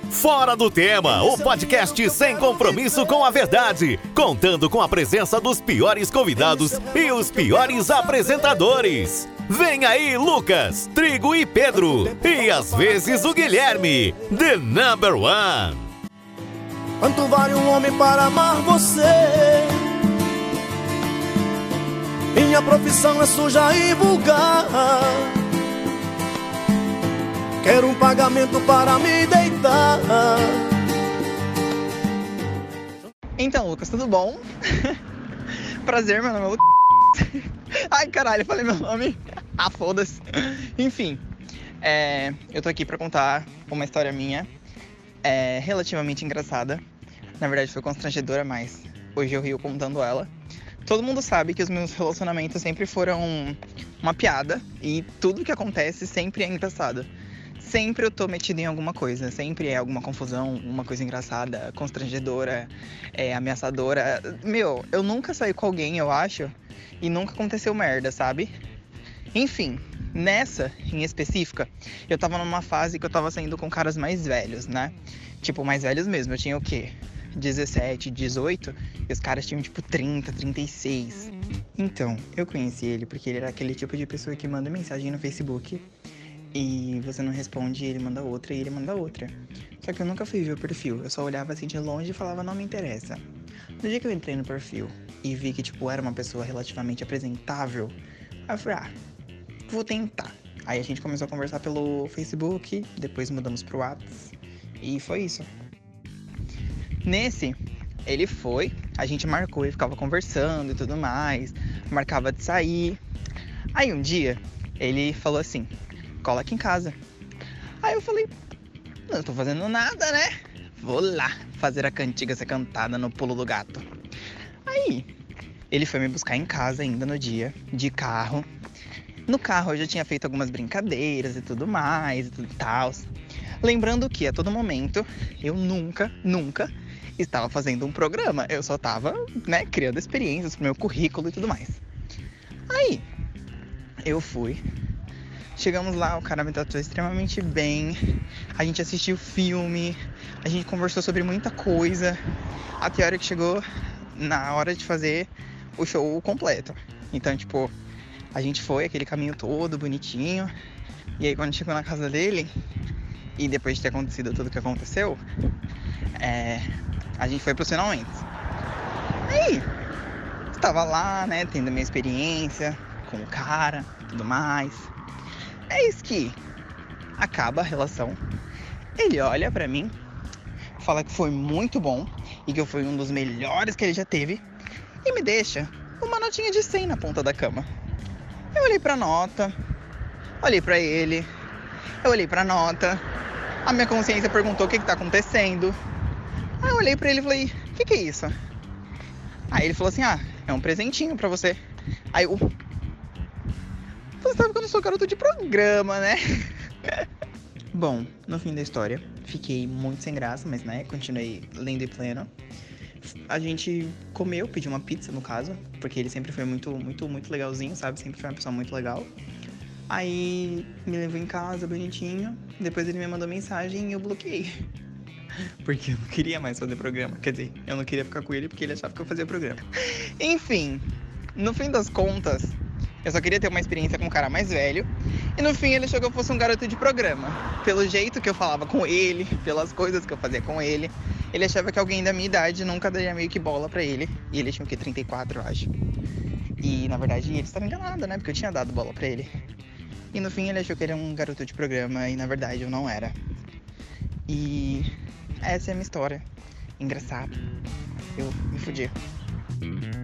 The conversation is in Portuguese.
Fora do Tema, o podcast sem compromisso com a verdade, contando com a presença dos piores convidados e os piores apresentadores. Vem aí Lucas, Trigo e Pedro, e às vezes o Guilherme, The Number One. Quanto vale um homem para amar você? Minha profissão é suja e vulgar. Quero um pagamento para me deitar. Então, Lucas, tudo bom? Prazer, meu nome é Lucas. Ai, caralho, eu falei meu nome. Ah, foda-se. Enfim, eu tô aqui pra contar uma história minha relativamente engraçada. Na verdade foi constrangedora, mas hoje eu rio contando ela. Todo mundo sabe que os meus relacionamentos sempre foram uma piada e tudo que acontece sempre é engraçado. Sempre eu tô metido em alguma coisa, sempre é alguma confusão, uma coisa engraçada, constrangedora, ameaçadora. Meu, eu nunca saí com alguém, eu acho, e nunca aconteceu merda, sabe? Enfim, nessa em específica, eu tava numa fase que eu tava saindo com caras mais velhos, né? Tipo, mais velhos mesmo, eu tinha o quê? 17, 18, e os caras tinham tipo 30, 36. Então, eu conheci ele porque ele era aquele tipo de pessoa que manda mensagem no Facebook e você não responde, ele manda outra e ele manda outra. Só que eu nunca fui ver o perfil, eu só olhava assim de longe e falava, não me interessa. No dia que eu entrei no perfil e vi que tipo era uma pessoa relativamente apresentável, aí eu falei, vou tentar. Aí a gente começou a conversar pelo Facebook, depois mudamos pro WhatsApp e foi isso. Nesse, ele foi, a gente marcou e ficava conversando e tudo mais, marcava de sair. Aí um dia, ele falou assim, cola aqui em casa. Aí eu falei, não tô fazendo nada, né? Vou lá fazer a cantiga ser cantada no pulo do gato. Aí, ele foi me buscar em casa ainda no dia, de carro. No carro eu já tinha feito algumas brincadeiras e tudo mais e tudo tal. Lembrando que a todo momento, eu nunca estava fazendo um programa. Eu só tava, criando experiências pro meu currículo e tudo mais. Aí, eu fui. Chegamos lá, o cara me tratou extremamente bem. A gente assistiu filme. A gente conversou sobre muita coisa. Até a hora que chegou na hora de fazer o show completo. Então, tipo, a gente foi aquele caminho todo bonitinho. E aí, quando chegou na casa dele, e depois de ter acontecido tudo que aconteceu, a gente foi pros finalmente. Aí, estava lá, tendo a minha experiência com o cara, tudo mais. Eis que acaba a relação. Ele olha pra mim, fala que foi muito bom e que eu fui um dos melhores que ele já teve e me deixa uma notinha de 100 na ponta da cama. Eu olhei pra nota, olhei pra ele, eu olhei pra nota. A minha consciência perguntou o que tá acontecendo. Aí eu olhei pra ele e falei, o que é isso? Aí ele falou assim, é um presentinho pra você. Aí eu, você sabe que eu não sou garoto de programa, né? Bom, no fim da história, fiquei muito sem graça, mas continuei lendo e pleno. A gente comeu, pediu uma pizza no caso, porque ele sempre foi muito, muito, muito legalzinho, sabe? Sempre foi uma pessoa muito legal. Aí me levou em casa, bonitinho. Depois ele me mandou mensagem e eu bloqueei. Porque eu não queria mais fazer programa. Quer dizer, eu não queria ficar com ele porque ele achava que eu fazia programa. Enfim, no fim das contas, eu só queria ter uma experiência com um cara mais velho. E no fim ele achou que eu fosse um garoto de programa. Pelo jeito que eu falava com ele, pelas coisas que eu fazia com ele, ele achava que alguém da minha idade nunca daria meio que bola pra ele. E ele tinha o quê? 34, eu acho. E na verdade ele estava enganado, né? Porque eu tinha dado bola pra ele. E no fim ele achou que ele era um garoto de programa e na verdade eu não era. E essa é a minha história. Engraçado. Eu me fudi.